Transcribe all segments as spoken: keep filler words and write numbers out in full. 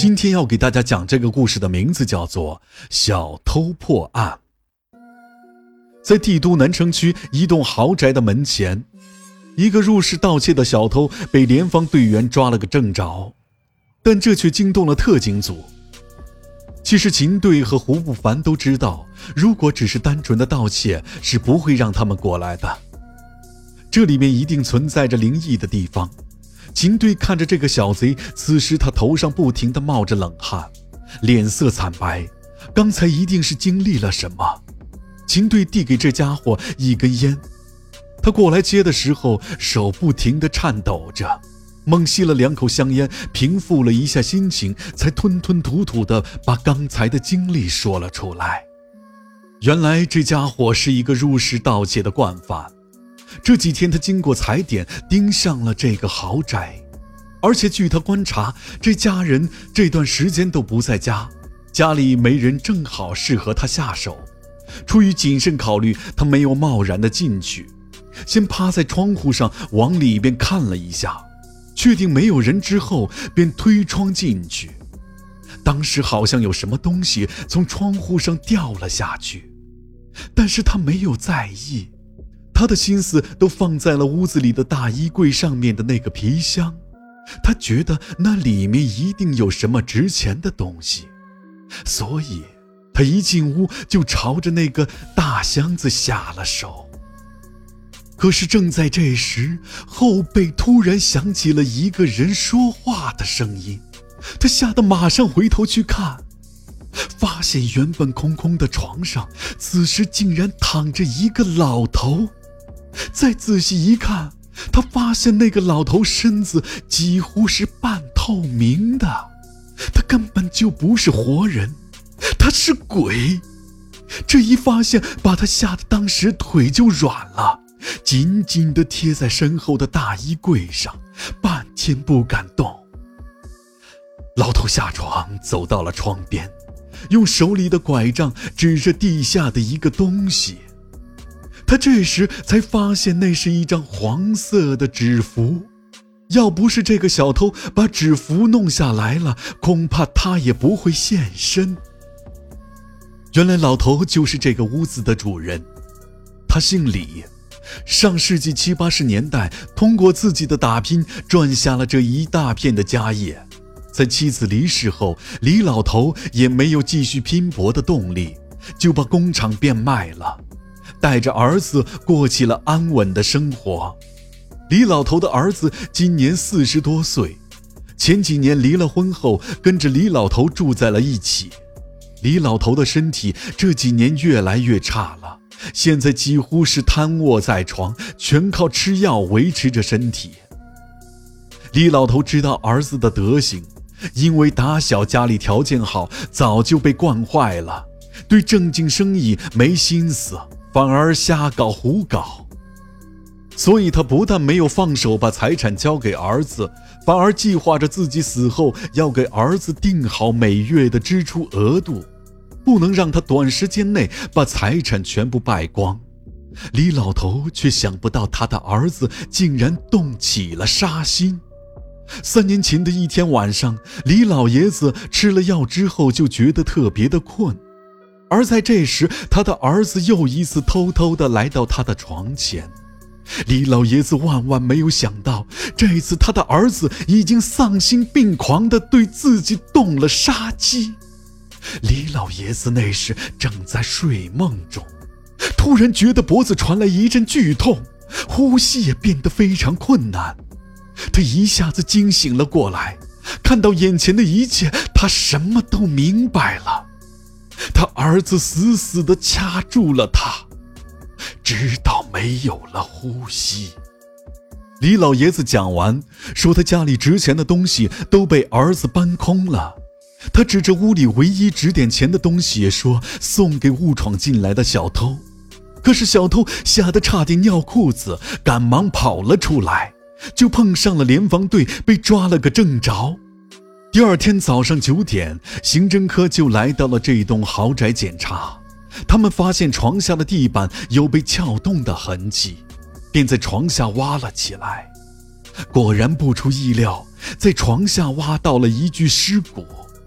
今天要给大家讲这个故事的名字叫做《小偷破案》。在帝都南城区一栋豪宅的门前，一个入室盗窃的小偷被联防队员抓了个正着，但这却惊动了特警组。其实秦队和胡不凡都知道，如果只是单纯的盗窃是不会让他们过来的，这里面一定存在着灵异的地方。秦队看着这个小贼，此时他头上不停地冒着冷汗，脸色惨白，刚才一定是经历了什么。秦队递给这家伙一根烟，他过来接的时候手不停地颤抖着，猛吸了两口香烟，平复了一下心情，才吞吞吐吐地把刚才的经历说了出来。原来这家伙是一个入室盗窃的惯犯，这几天他经过踩点盯上了这个豪宅，而且据他观察，这家人这段时间都不在家，家里没人正好适合他下手。出于谨慎考虑，他没有贸然的进去，先趴在窗户上往里边看了一下，确定没有人之后便推窗进去。当时好像有什么东西从窗户上掉了下去，但是他没有在意，他的心思都放在了屋子里的大衣柜上面的那个皮箱，他觉得那里面一定有什么值钱的东西，所以他一进屋就朝着那个大箱子下了手。可是正在这时，后背突然响起了一个人说话的声音，他吓得马上回头去看，发现原本空空的床上此时竟然躺着一个老头。再仔细一看，他发现那个老头身子几乎是半透明的，他根本就不是活人，他是鬼。这一发现把他吓得当时腿就软了，紧紧地贴在身后的大衣柜上，半天不敢动。老头下床走到了窗边，用手里的拐杖指着地下的一个东西。他这时才发现那是一张黄色的纸符，要不是这个小偷把纸符弄下来了，恐怕他也不会现身。原来老头就是这个屋子的主人，他姓李，上世纪七八十年代通过自己的打拼赚下了这一大片的家业。在妻子离世后，李老头也没有继续拼搏的动力，就把工厂变卖了，带着儿子过起了安稳的生活。李老头的儿子今年四十多岁，前几年离了婚后跟着李老头住在了一起。李老头的身体这几年越来越差了，现在几乎是瘫卧在床，全靠吃药维持着身体。李老头知道儿子的德行，因为打小家里条件好，早就被惯坏了，对正经生意没心思，反而瞎搞胡搞。所以他不但没有放手把财产交给儿子，反而计划着自己死后要给儿子定好每月的支出额度，不能让他短时间内把财产全部败光。李老头却想不到他的儿子竟然动起了杀心。三年前的一天晚上，李老爷子吃了药之后就觉得特别的困，而在这时，他的儿子又一次偷偷地来到他的床前。李老爷子万万没有想到，这一次他的儿子已经丧心病狂地对自己动了杀机。李老爷子那时正在睡梦中，突然觉得脖子传来一阵剧痛，呼吸也变得非常困难。他一下子惊醒了过来，看到眼前的一切，他什么都明白了。他儿子死死地掐住了他，直到没有了呼吸。李老爷子讲完，说他家里值钱的东西都被儿子搬空了。他指着屋里唯一值点钱的东西说，送给误闯进来的小偷。可是小偷吓得差点尿裤子，赶忙跑了出来，就碰上了联防队，被抓了个正着。第二天早上九点，刑侦科就来到了这一栋豪宅检查。他们发现床下的地板有被撬动的痕迹，便在床下挖了起来。果然不出意料，在床下挖到了一具尸骨，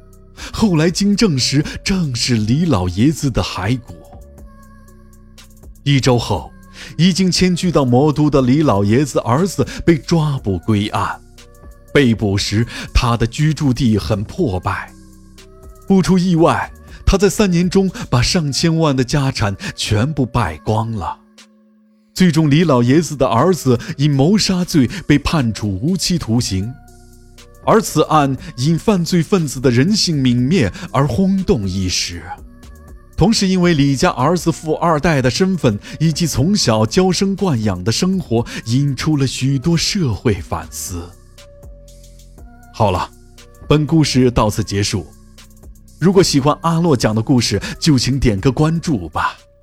后来经证实，正是李老爷子的骸骨。一周后，已经迁居到魔都的李老爷子儿子被抓捕归案。被捕时，他的居住地很破败，不出意外，他在三年中把上千万的家产全部败光了。最终，李老爷子的儿子因谋杀罪被判处无期徒刑，而此案因犯罪分子的人性泯灭而轰动一时。同时，因为李家儿子富二代的身份以及从小娇生惯养的生活，引出了许多社会反思。好了，本故事到此结束。如果喜欢阿洛讲的故事，就请点个关注吧。